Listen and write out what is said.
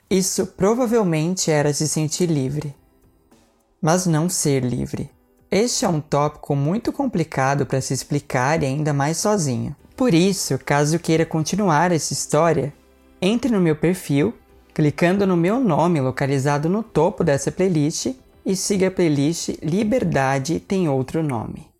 Isso provavelmente era se sentir livre, mas não ser livre. Este é um tópico muito complicado para se explicar e ainda mais sozinho. Por isso, caso queira continuar essa história, entre no meu perfil, clicando no meu nome localizado no topo dessa playlist e siga a playlist Liberdade Tem Outro Nome.